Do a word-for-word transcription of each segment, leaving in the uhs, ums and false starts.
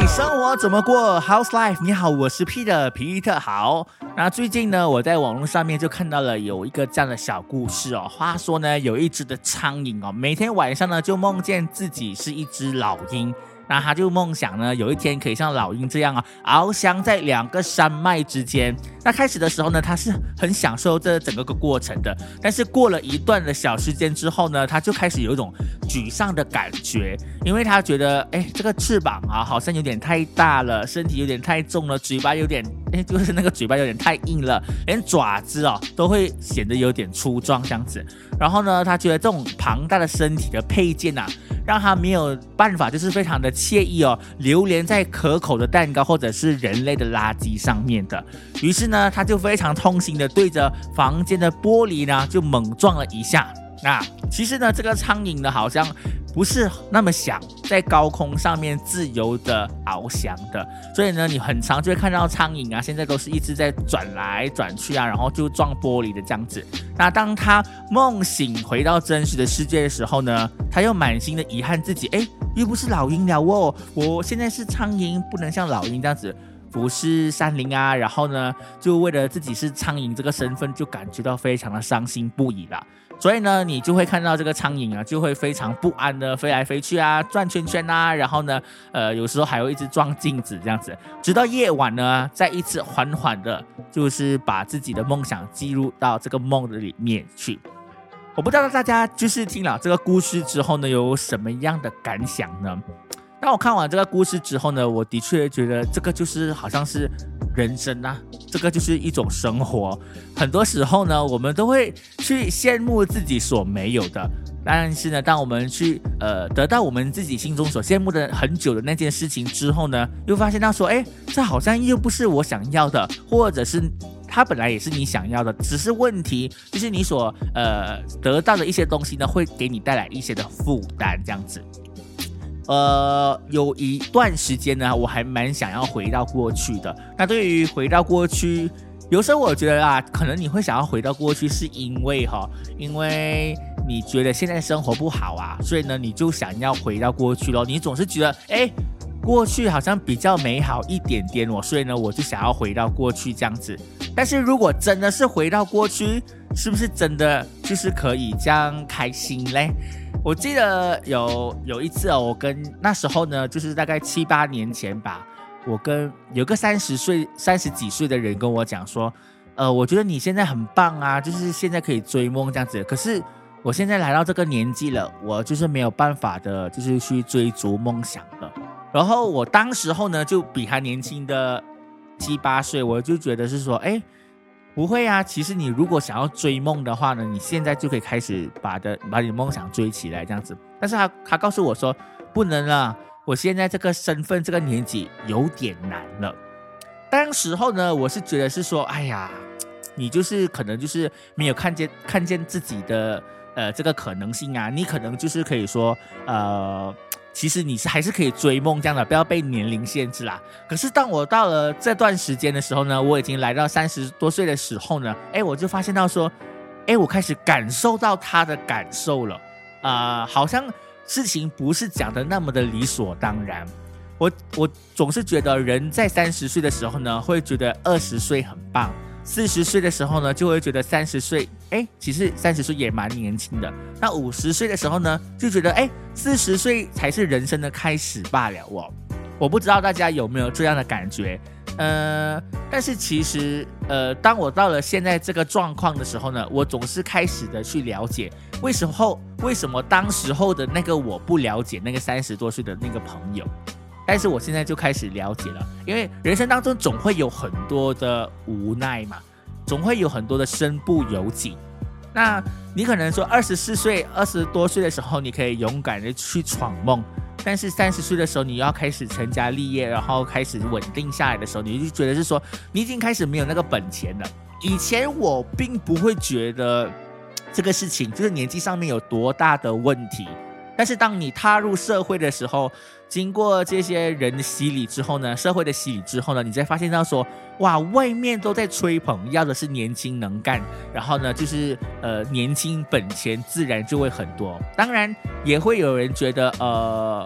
生活怎么过 How's life？ 你好，我是 Peter 皮特好。那最近呢，我在网络上面就看到了有一个这样的小故事哦。话说呢，有一只的苍蝇哦，每天晚上呢就梦见自己是一只老鹰。那他就梦想呢，有一天可以像老鹰这样啊，翱翔在两个山脉之间。那开始的时候呢，他是很享受这整个个过程的。但是过了一段的小时间之后呢，他就开始有一种沮丧的感觉，因为他觉得，哎，这个翅膀啊，好像有点太大了，身体有点太重了，嘴巴有点，哎，就是那个嘴巴有点太硬了，连爪子哦都会显得有点粗壮这样子。然后呢，他觉得这种庞大的身体的配件啊，让他没有办法，就是非常的惬意哦，流连在可口的蛋糕或者是人类的垃圾上面的。于是呢，他就非常痛心的对着房间的玻璃呢，就猛撞了一下。那其实呢，这个苍蝇呢，好像不是那么想在高空上面自由的翱翔的，所以呢，你很常就会看到苍蝇啊，现在都是一直在转来转去啊，然后就撞玻璃的这样子。那当他梦醒回到真实的世界的时候呢，他又满心的遗憾自己，哎，又不是老鹰了哦，我现在是苍蝇，不能像老鹰这样子俯视山林啊，然后呢，就为了自己是苍蝇这个身份，就感觉到非常的伤心不已了。所以呢，你就会看到这个苍蝇啊，就会非常不安的飞来飞去啊，转圈圈啊，然后呢，呃，有时候还会一直撞镜子这样子，直到夜晚呢，再一次缓缓的，就是把自己的梦想记录到这个梦的里面去。我不知道大家就是听了这个故事之后呢，有什么样的感想呢？当我看完这个故事之后呢，我的确觉得这个就是好像是人生啊，这个就是一种生活。很多时候呢，我们都会去羡慕自己所没有的，但是呢，当我们去呃得到我们自己心中所羡慕的很久的那件事情之后呢，又发现到说，哎，这好像又不是我想要的，或者是它本来也是你想要的，只是问题就是你所呃得到的一些东西呢，会给你带来一些的负担，这样子。呃，有一段时间呢，我还蛮想要回到过去的。那对于回到过去，有时候我觉得啊，可能你会想要回到过去，是因为哈，因为你觉得现在生活不好啊，所以呢，你就想要回到过去咯。你总是觉得，哎，过去好像比较美好一点点哦，所以呢，我就想要回到过去这样子。但是如果真的是回到过去，是不是真的就是可以这样开心嘞？我记得有有一次哦，我跟那时候呢，就是大概七八年前吧，我跟有个三十岁、三十几岁的人跟我讲说，呃，我觉得你现在很棒啊，就是现在可以追梦这样子。可是我现在来到这个年纪了，我就是没有办法的，就是去追逐梦想了。然后我当时候呢，就比他年轻的七八岁，我就觉得是说，哎。不会啊，其实你如果想要追梦的话呢，你现在就可以开始把的把你的梦想追起来这样子。但是他他告诉我说不能了，我现在这个身份这个年纪有点难了。当时候呢，我是觉得是说，哎呀，你就是可能就是没有看见看见自己的呃这个可能性啊，你可能就是可以说呃。其实你是还是可以追梦这样的，不要被年龄限制啦。可是当我到了这段时间的时候呢，我已经来到三十多岁的时候呢，哎，我就发现到说，哎，我开始感受到他的感受了，啊、呃，好像事情不是讲的那么的理所当然。我我总是觉得人在三十岁的时候呢，会觉得二十岁很棒。四十岁的时候呢，就会觉得三十岁，哎，其实三十岁也蛮年轻的。那五十岁的时候呢，就觉得，哎，四十岁才是人生的开始罢了哦。我不知道大家有没有这样的感觉，呃，但是其实，呃，当我到了现在这个状况的时候呢，我总是开始的去了解，为什么为什么当时候的那个我不了解那个三十多岁的那个朋友。但是我现在就开始了解了，因为人生当中总会有很多的无奈嘛，总会有很多的身不由己。那你可能说二十四岁、二十多岁的时候，你可以勇敢的去闯梦，但是三十岁的时候，你要开始成家立业，然后开始稳定下来的时候，你就觉得是说，你已经开始没有那个本钱了。以前我并不会觉得这个事情就是年纪上面有多大的问题。但是当你踏入社会的时候，经过这些人的洗礼之后呢，社会的洗礼之后呢，你才发现到说，哇，外面都在吹捧，要的是年轻能干，然后呢，就是呃年轻本钱自然就会很多。当然也会有人觉得呃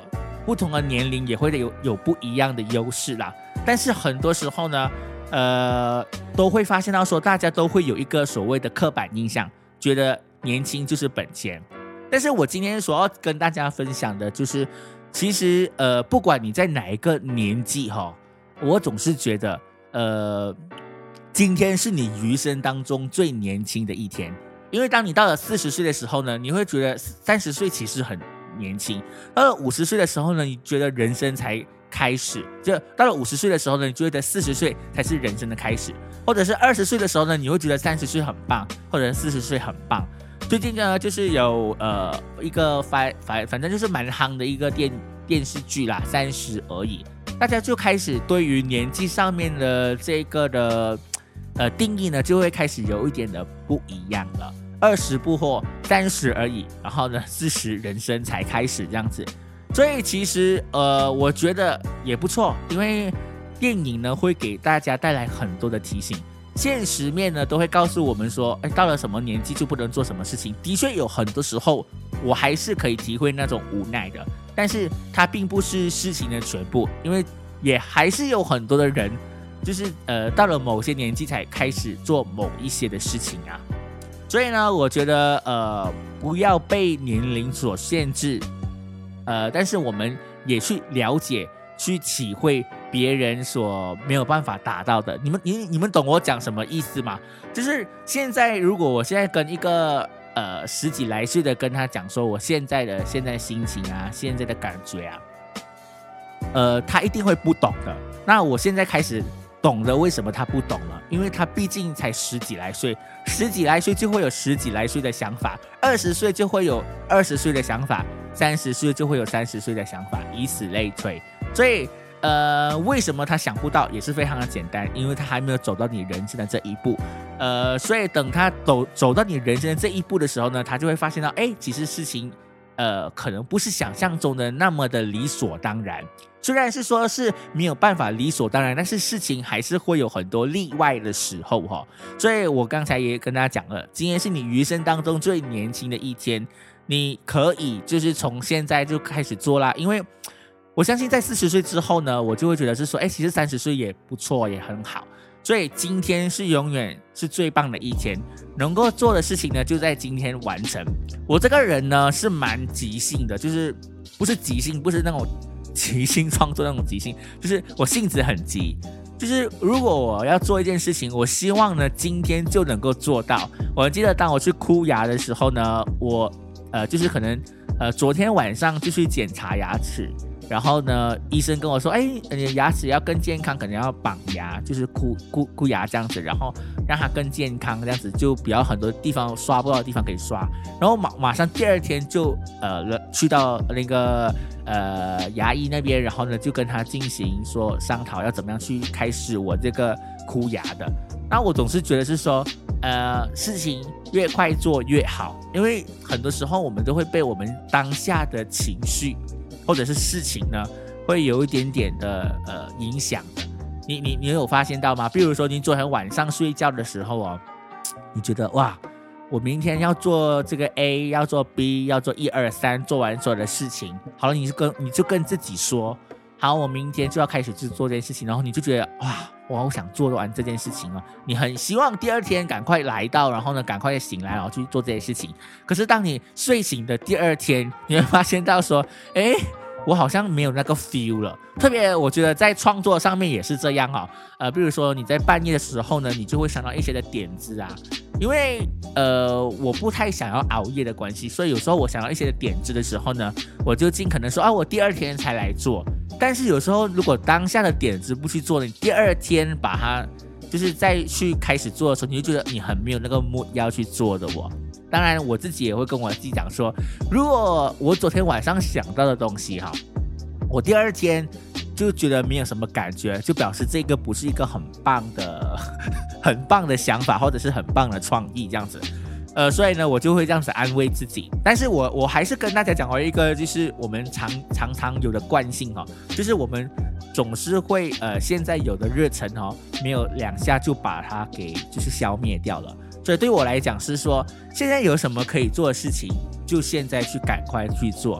不同的年龄也会有有不一样的优势啦。但是很多时候呢，呃，都会发现到说，大家都会有一个所谓的刻板印象，觉得年轻就是本钱。但是我今天所要跟大家分享的就是，其实呃，不管你在哪一个年纪哈，我总是觉得，呃，今天是你余生当中最年轻的一天。因为当你到了四十岁的时候呢，你会觉得三十岁其实很年轻；到了五十岁的时候呢，你觉得人生才开始；就到了五十岁的时候呢，你觉得四十岁才是人生的开始；或者是二十岁的时候呢，你会觉得三十岁很棒，或者四十岁很棒。最近呢，就是有呃一个反反反正就是蛮夯的一个电电视剧啦，三十而已，大家就开始对于年纪上面的这个的。呃，定义呢就会开始有一点的不一样了。二十不惑，三十而已，然后呢，四十人生才开始这样子。所以其实呃，我觉得也不错，因为电影呢会给大家带来很多的提醒，现实面呢都会告诉我们说，哎，到了什么年纪就不能做什么事情。的确有很多时候，我还是可以体会那种无奈的，但是它并不是事情的全部，因为也还是有很多的人。就是呃，到了某些年纪才开始做某一些的事情啊，所以呢，我觉得呃，不要被年龄所限制，呃，但是我们也去了解、去体会别人所没有办法达到的。你们你你们懂我讲什么意思吗？就是现在，如果我现在跟一个呃十几来岁的跟他讲说我现在的现在心情啊，现在的感觉啊，呃，他一定会不懂的。那我现在开始。懂得为什么他不懂了？因为他毕竟才十几来岁，十几来岁就会有十几来岁的想法，二十岁就会有二十岁的想法，三十岁就会有三十岁的想法，以此类推。所以，呃，为什么他想不到也是非常的简单，因为他还没有走到你人生的这一步。呃，所以等他走走到你人生的这一步的时候呢，他就会发现到，哎，其实事情，呃，可能不是想象中的那么的理所当然。虽然是说是没有办法理所当然，但是事情还是会有很多例外的时候哈。所以我刚才也跟大家讲了，今天是你余生当中最年轻的一天，你可以就是从现在就开始做啦。因为我相信在四十岁之后呢，我就会觉得是说，哎，其实三十岁也不错，也很好。所以今天是永远是最棒的一天，能够做的事情呢，就在今天完成。我这个人呢是蛮即兴的，就是不是即兴，不是那种。即兴创作那种即兴，就是我性子很急，就是如果我要做一件事情，我希望呢今天就能够做到。我记得当我去箍牙的时候呢，我呃就是可能呃昨天晚上就去检查牙齿，然后呢医生跟我说，哎，你的牙齿要更健康，可能要绑牙，就是箍箍箍牙这样子，然后让它更健康，这样子就比较很多地方刷不到的地方可以刷。然后马马上第二天就呃去到那个。呃，牙医那边，然后呢，就跟他进行说商讨要怎么样去开始我这个箍牙的。那我总是觉得是说，呃，事情越快做越好，因为很多时候我们都会被我们当下的情绪或者是事情呢，会有一点点的呃影响的。你你你有发现到吗？比如说你昨天晚上睡觉的时候哦，你觉得哇。我明天要做这个 A， 要做 B， 要做一二三，做完所有的事情。好了，你就跟你就跟自己说，好，我明天就要开始去做这件事情。然后你就觉得哇，我好想做完这件事情哦。你很希望第二天赶快来到，然后呢，赶快醒来，然后去做这些事情。可是当你睡醒的第二天，你会发现到说，哎，我好像没有那个 feel 了。特别我觉得在创作上面也是这样哦。呃，比如说你在半夜的时候呢，你就会想到一些的点子啊。因为呃我不太想要熬夜的关系，所以有时候我想要一些点子的时候呢，我就尽可能说啊，我第二天才来做。但是有时候如果当下的点子不去做，你第二天把它就是再去开始做的时候，你就觉得你很没有那个 mood 要去做的哦。当然我自己也会跟我自己讲说，如果我昨天晚上想到的东西哈，我第二天就觉得没有什么感觉，就表示这个不是一个很棒的很棒的想法，或者是很棒的创意这样子。呃，所以呢，我就会这样子安慰自己。但是我我还是跟大家讲过一个，就是我们常常常有的惯性哈、哦，就是我们总是会呃，现在有的热忱哦，没有两下就把它给就是消灭掉了。所以对我来讲是说，现在有什么可以做的事情，就现在去赶快去做。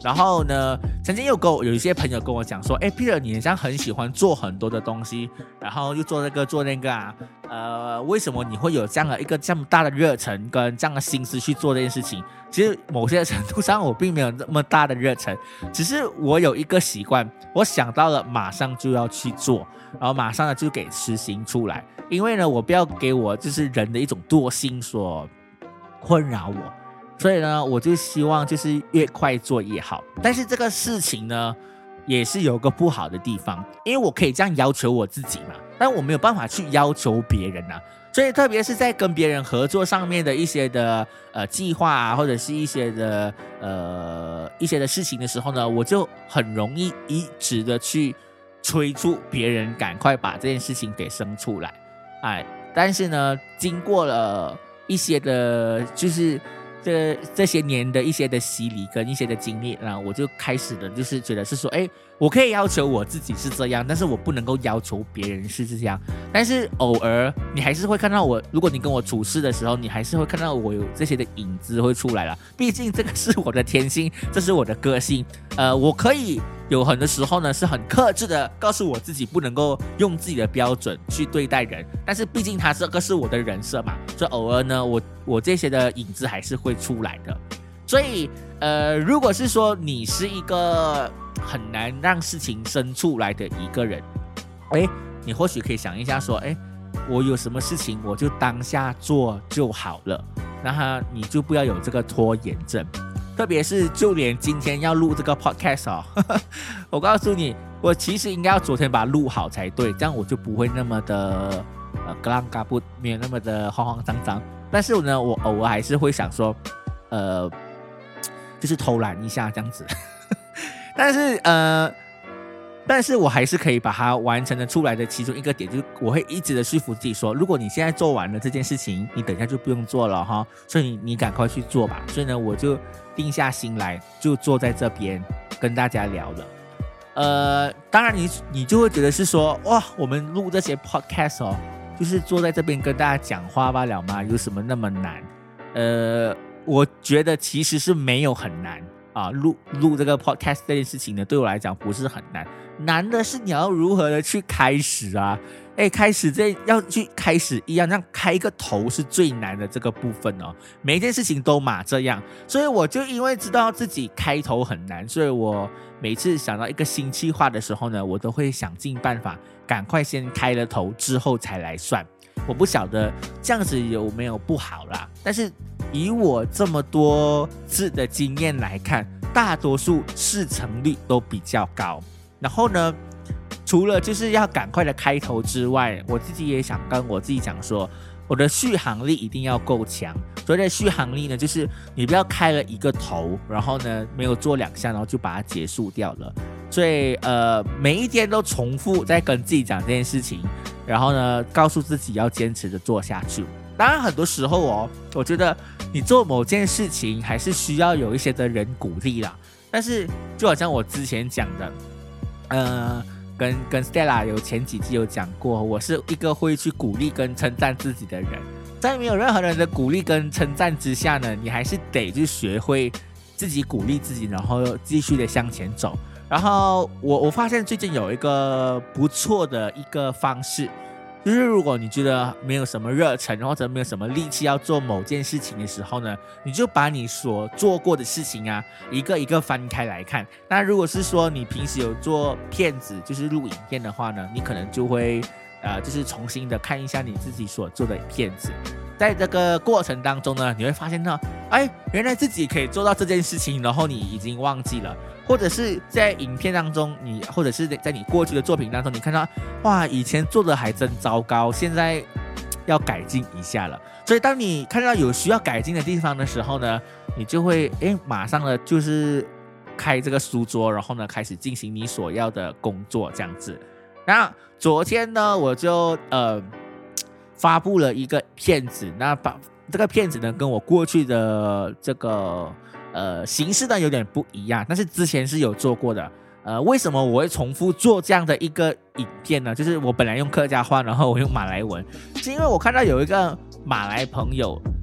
然后呢，曾经有跟我有一些朋友跟我讲说，哎 ，Peter， 你好像很喜欢做很多的东西，然后又做这个做那个啊，呃，为什么你会有这样的一个这么大的热忱跟这样的心思去做这件事情？其实某些程度上我并没有这么大的热忱，只是我有一个习惯，我想到了马上就要去做，然后马上呢就给实行出来，因为呢我不要给我就是人的一种惰性所困扰我。所以呢，我就希望就是越快做越好。但是这个事情呢，也是有个不好的地方，因为我可以这样要求我自己嘛，但我没有办法去要求别人啊。所以特别是在跟别人合作上面的一些的呃计划啊，或者是一些的呃一些的事情的时候呢，我就很容易一直的去催促别人赶快把这件事情给生出来。哎，但是呢，经过了一些的，就是这这些年的一些的洗礼跟一些的经历，然后我就开始的就是觉得是说，哎，我可以要求我自己是这样，但是我不能够要求别人是这样。但是偶尔你还是会看到我，如果你跟我处事的时候，你还是会看到我有这些的影子会出来了。毕竟这个是我的天性，这是我的个性。呃，我可以有很多时候呢是很克制的告诉我自己不能够用自己的标准去对待人，但是毕竟他这个是我的人设嘛，所以偶尔呢我我这些的影子还是会出来的。所以呃，如果是说你是一个很难让事情生出来的一个人，诶，你或许可以想一下说，诶，我有什么事情我就当下做就好了，那你就不要有这个拖延症。特别是就连今天要录这个 podcast 哦，呵呵，我告诉你，我其实应该要昨天把它录好才对，这样我就不会那么的呃嘎啷嘎不，没有那么的慌慌张张。但是呢，我偶尔还是会想说，呃，就是偷懒一下这样子。但是呃，但是我还是可以把它完成的出来的其中一个点，就是我会一直的说服自己说，如果你现在做完了这件事情，你等一下就不用做了哈，所以 你, 你赶快去做吧。所以呢，我就定下心来，就坐在这边跟大家聊了。呃，当然你你就会觉得是说，哇，我们录这些 podcast 哦，就是坐在这边跟大家讲话罢了吗？有什么那么难？呃，我觉得其实是没有很难啊，录录这个 podcast 这件事情呢，对我来讲不是很难，难的是你要如何的去开始啊。哎，开始这要去开始一样，让开一个头是最难的这个部分哦。每一件事情都嘛这样，所以我就因为知道自己开头很难，所以我每次想到一个新计划的时候呢，我都会想尽办法，赶快先开了头之后才来算。我不晓得这样子有没有不好啦，但是以我这么多次的经验来看，大多数事成率都比较高。然后呢，除了就是要赶快的开头之外，我自己也想跟我自己讲说，我的续航力一定要够强。所谓的续航力呢，就是你不要开了一个头，然后呢没有做两下，然后就把它结束掉了。所以呃，每一天都重复在跟自己讲这件事情，然后呢告诉自己要坚持的做下去。当然很多时候哦，我觉得你做某件事情还是需要有一些的人鼓励啦。但是就好像我之前讲的，呃。跟跟 Stella 有前几集有讲过，我是一个会去鼓励跟称赞自己的人。在没有任何人的鼓励跟称赞之下呢，你还是得去学会自己鼓励自己，然后继续的向前走。然后我我发现最近有一个不错的一个方式，就是如果你觉得没有什么热忱或者没有什么力气要做某件事情的时候呢，你就把你所做过的事情啊一个一个翻开来看。那如果是说你平时有做片子，就是录影片的话呢，你可能就会呃就是重新的看一下你自己所做的片子。在这个过程当中呢，你会发现到，哎，原来自己可以做到这件事情，然后你已经忘记了。或者是在影片当中，你或者是在你过去的作品当中，你看到哇，以前做的还真糟糕，现在要改进一下了。所以当你看到有需要改进的地方的时候呢，你就会诶马上的就是开这个书桌，然后呢开始进行你所要的工作这样子。那昨天呢，我就呃发布了一个片子，那把这个片子呢跟我过去的这个呃形式呢有点不一样，但是之前是有做过的。呃，为什么我会重复做这样的一个影片呢？就是我本来用客家话，然后我用马来文，是因为我看到有一个马来朋友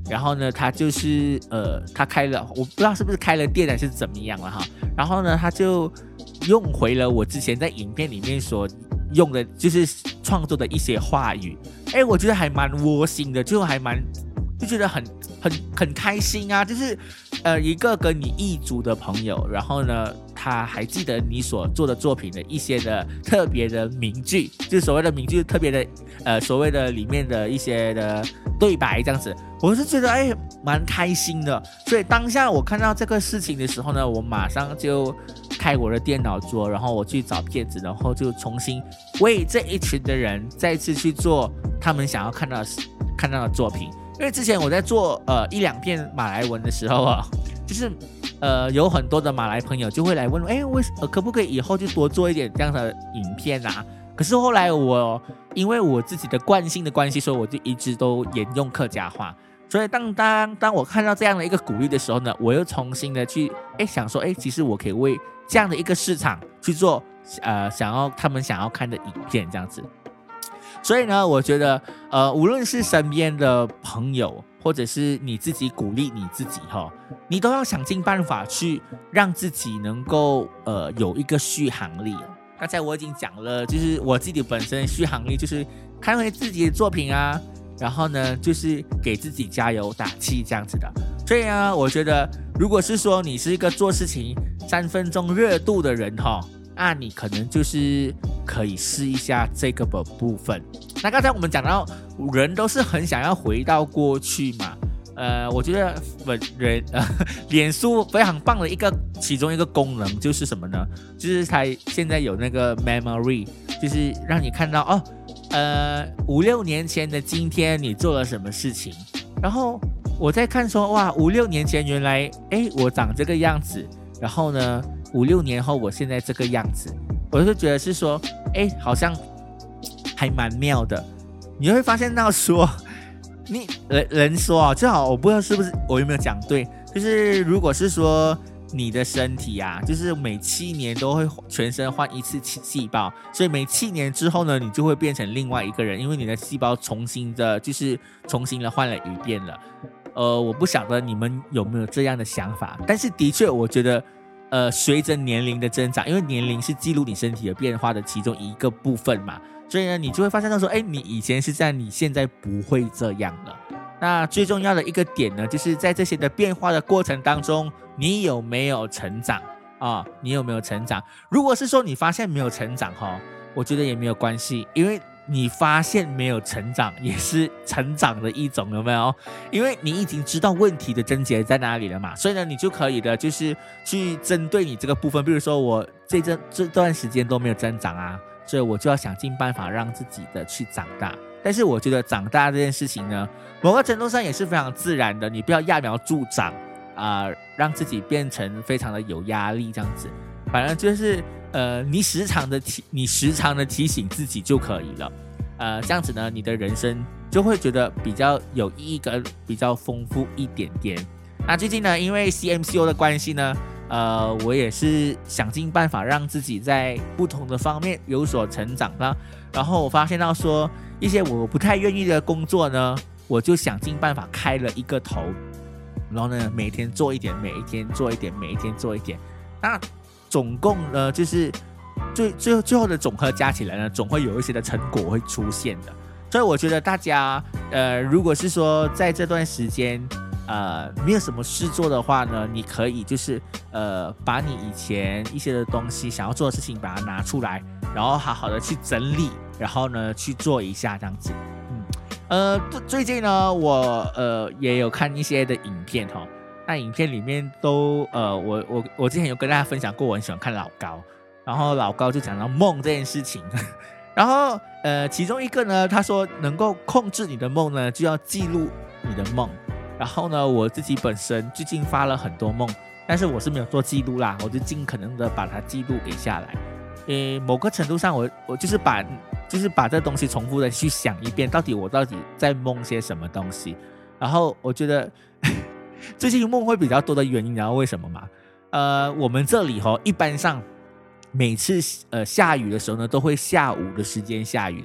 然后呢，他就是呃，他开了，我不知道是不是开了店还是怎么样了哈。然后呢，他就用回了我之前在影片里面所用的，就是创作的一些话语。哎，我觉得还蛮窝心的，就还蛮就觉得很很很开心啊。就是呃，一个跟你异族的朋友，然后呢，他还记得你所做的作品的一些的特别的名句，就是所谓的名句，特别的呃，所谓的里面的一些的对白这样子。我是觉得哎，蛮开心的。所以当下我看到这个事情的时候呢，我马上就开我的电脑桌，然后我去找片子，然后就重新为这一群的人再次去做他们想要看到的看到的作品。因为之前我在做呃一两片马来文的时候啊，就是呃有很多的马来朋友就会来问，哎，为呃可不可以以后就多做一点这样的影片啊？可是后来我因为我自己的惯性的关系，所以我就一直都沿用客家话。所以当当当我看到这样的一个鼓励的时候呢，我又重新的去哎想说，哎，其实我可以为这样的一个市场去做呃想要他们想要看的影片这样子。所以呢，我觉得呃无论是身边的朋友，或者是你自己鼓励你自己哈，你都要想尽办法去让自己能够呃有一个续航力。刚才我已经讲了，就是我自己本身续航力就是看回自己的作品啊，然后呢就是给自己加油打气这样子的。所以呢，我觉得如果是说你是一个做事情三分钟热度的人哈，那你可能就是可以试一下这个部分。那刚才我们讲到人都是很想要回到过去嘛，呃，我觉得人呃脸书非常棒的一个其中一个功能就是什么呢？就是它现在有那个 memory， 就是让你看到哦，呃五六年前的今天你做了什么事情，然后我在看说哇，五六年前原来哎我长这个样子，然后呢五六年后我现在这个样子，我就觉得是说哎好像还蛮妙的。你会发现到说你人人说啊，正好我不知道是不是我有没有讲对，就是如果是说你的身体啊，就是每七年都会全身换一次细胞，所以每七年之后呢，你就会变成另外一个人，因为你的细胞重新的，就是重新的换了一遍了。呃，我不晓得你们有没有这样的想法，但是的确，我觉得，呃，随着年龄的增长，因为年龄是记录你身体的变化的其中一个部分嘛，所以呢，你就会发现到说，哎，你以前是这样，你现在不会这样了。那最重要的一个点呢，就是在这些的变化的过程当中，你有没有成长啊？你有没有成长？如果是说你发现没有成长哈，我觉得也没有关系，因为你发现没有成长也是成长的一种，有没有？因为你已经知道问题的症结在哪里了嘛，所以呢，你就可以的，就是去针对你这个部分，比如说我这这这段时间都没有增长啊，所以我就要想尽办法让自己的去长大。但是我觉得长大这件事情呢，某个程度上也是非常自然的，你不要揠苗助长啊、呃，让自己变成非常的有压力这样子。反正就是呃，你时常的提，你时常的提醒自己就可以了。呃，这样子呢，你的人生就会觉得比较有意义跟比较丰富一点点。那最近呢，因为 C M C O 的关系呢，呃，我也是想尽办法让自己在不同的方面有所成长啦。然后我发现到说，一些我不太愿意的工作呢，我就想尽办法开了一个头，然后呢，每天做一点，每一天做一点，每一天做一点。那总共呢，就是最最后最后的总和加起来呢，总会有一些的成果会出现的。所以我觉得大家，呃，如果是说在这段时间，呃，没有什么事做的话呢，你可以就是呃，把你以前一些的东西想要做的事情，把它拿出来，然后好好的去整理，然后呢去做一下这样子。嗯，呃，最近呢，我呃也有看一些的影片哈、哦，那影片里面都呃，我我我之前有跟大家分享过，我很喜欢看老高，然后老高就讲到梦这件事情。然后呃，其中一个呢，他说能够控制你的梦呢，就要记录你的梦。然后呢，我自己本身最近发了很多梦，但是我是没有做记录啦，我就尽可能的把它记录给下来。诶，某个程度上我，我我就是把就是把这东西重复的去想一遍，到底我到底在梦些什么东西。然后我觉得最近梦会比较多的原因，然后为什么嘛？呃，我们这里哦，一般上每次呃下雨的时候呢，都会下午的时间下雨的。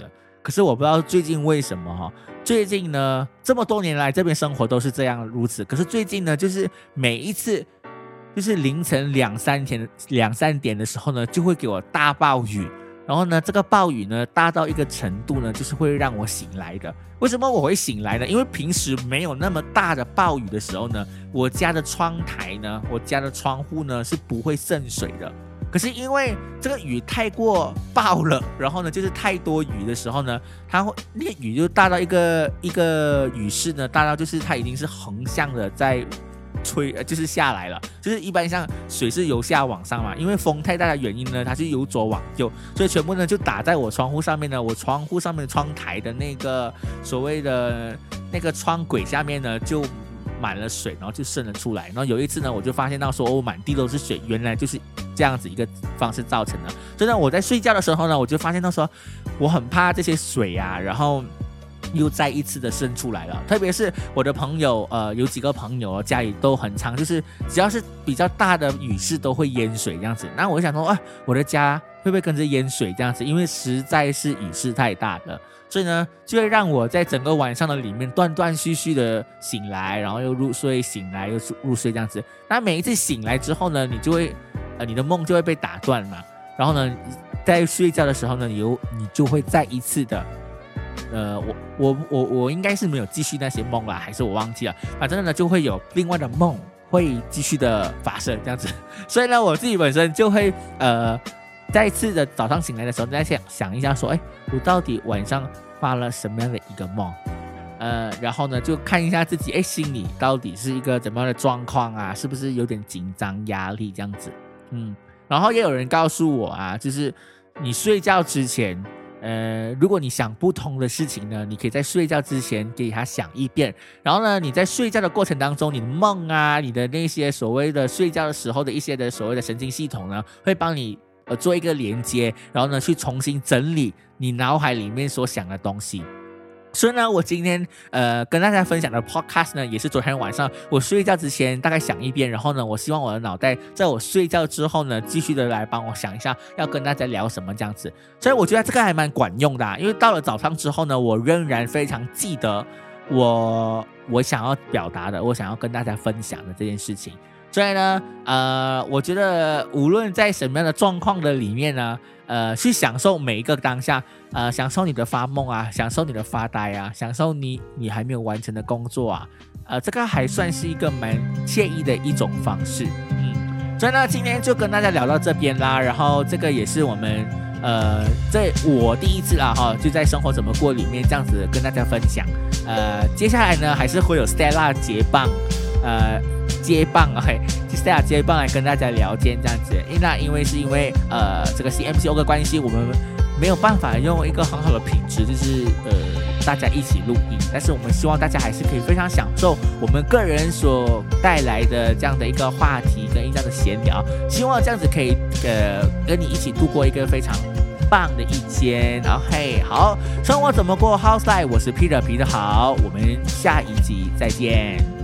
可是我不知道最近为什么哈，最近呢这么多年来这边生活都是这样如此，可是最近呢就是每一次就是凌晨两三点两三点的时候呢，就会给我大暴雨。然后呢，这个暴雨呢大到一个程度呢，就是会让我醒来的。为什么我会醒来呢？因为平时没有那么大的暴雨的时候呢，我家的窗台呢，我家的窗户呢是不会渗水的。可是因为这个雨太过暴了，然后呢，就是太多雨的时候呢，它会那个雨就大到一个一个雨势呢，大到就是它已经是横向的在吹，就是下来了，就是一般像水是由下往上嘛，因为风太大的原因呢，它是由左往右，所以全部呢就打在我窗户上面呢，我窗户上面的窗台的那个所谓的那个窗轨下面呢就满了水，然后就渗了出来。然后有一次呢，我就发现到说，哦，满地都是水，原来就是这样子一个方式造成的。所以呢，我在睡觉的时候呢，我就发现到说，我很怕这些水啊，然后又再一次的渗出来了。特别是我的朋友，呃，有几个朋友家里都很常，就是只要是比较大的雨势都会淹水这样子。那我就想说，啊，我的家会不会跟着淹水这样子？因为实在是雨势太大了，所以呢，就会让我在整个晚上的里面断断续续的醒来，然后又入睡，醒来又入睡这样子。那每一次醒来之后呢，你就会，呃，你的梦就会被打断嘛。然后呢，在睡觉的时候呢，你又你就会再一次的。呃，我我我我应该是没有继续那些梦啦，还是我忘记了。反正呢，就会有另外的梦会继续的发生这样子。所以呢，我自己本身就会呃，再一次的早上醒来的时候，再想想一下说，哎，我到底晚上发了什么样的一个梦？呃，然后呢，就看一下自己，哎，心里到底是一个怎么样的状况啊？是不是有点紧张、压力这样子？嗯，然后也有人告诉我啊，就是你睡觉之前。呃，如果你想不通的事情呢，你可以在睡觉之前给它想一遍，然后呢，你在睡觉的过程当中，你的梦啊，你的那些所谓的睡觉的时候的一些的所谓的神经系统呢，会帮你呃做一个连接，然后呢，去重新整理你脑海里面所想的东西。所以呢，我今天呃跟大家分享的 podcast 呢，也是昨天晚上我睡觉之前大概想一遍，然后呢，我希望我的脑袋在我睡觉之后呢，继续的来帮我想一下要跟大家聊什么这样子。所以我觉得这个还蛮管用的啊，因为到了早上之后呢，我仍然非常记得我我想要表达的，我想要跟大家分享的这件事情。所以呢，呃，我觉得无论在什么样的状况的里面呢，呃，去享受每一个当下，呃，享受你的发梦啊，享受你的发呆啊，享受你你还没有完成的工作啊，呃，这个还算是一个蛮惬意的一种方式，嗯，所以呢，今天就跟大家聊到这边啦，然后这个也是我们呃，这我第一次啦哈，就在生活怎么过里面这样子跟大家分享，呃，接下来呢还是会有 Stella 接棒，呃。接棒 ，OK， 就 Stella 接棒来跟大家聊天这样子。那因为是因为呃这个 C M C O 的关系，我们没有办法用一个很好的品质，就是呃大家一起录音。但是我们希望大家还是可以非常享受我们个人所带来的这样的一个话题跟这样的闲聊。希望这样子可以呃跟你一起度过一个非常棒的一天。然后嘿，好，生活怎么过 ？House Life， 我是 Peter， Peter 好，我们下一集再见。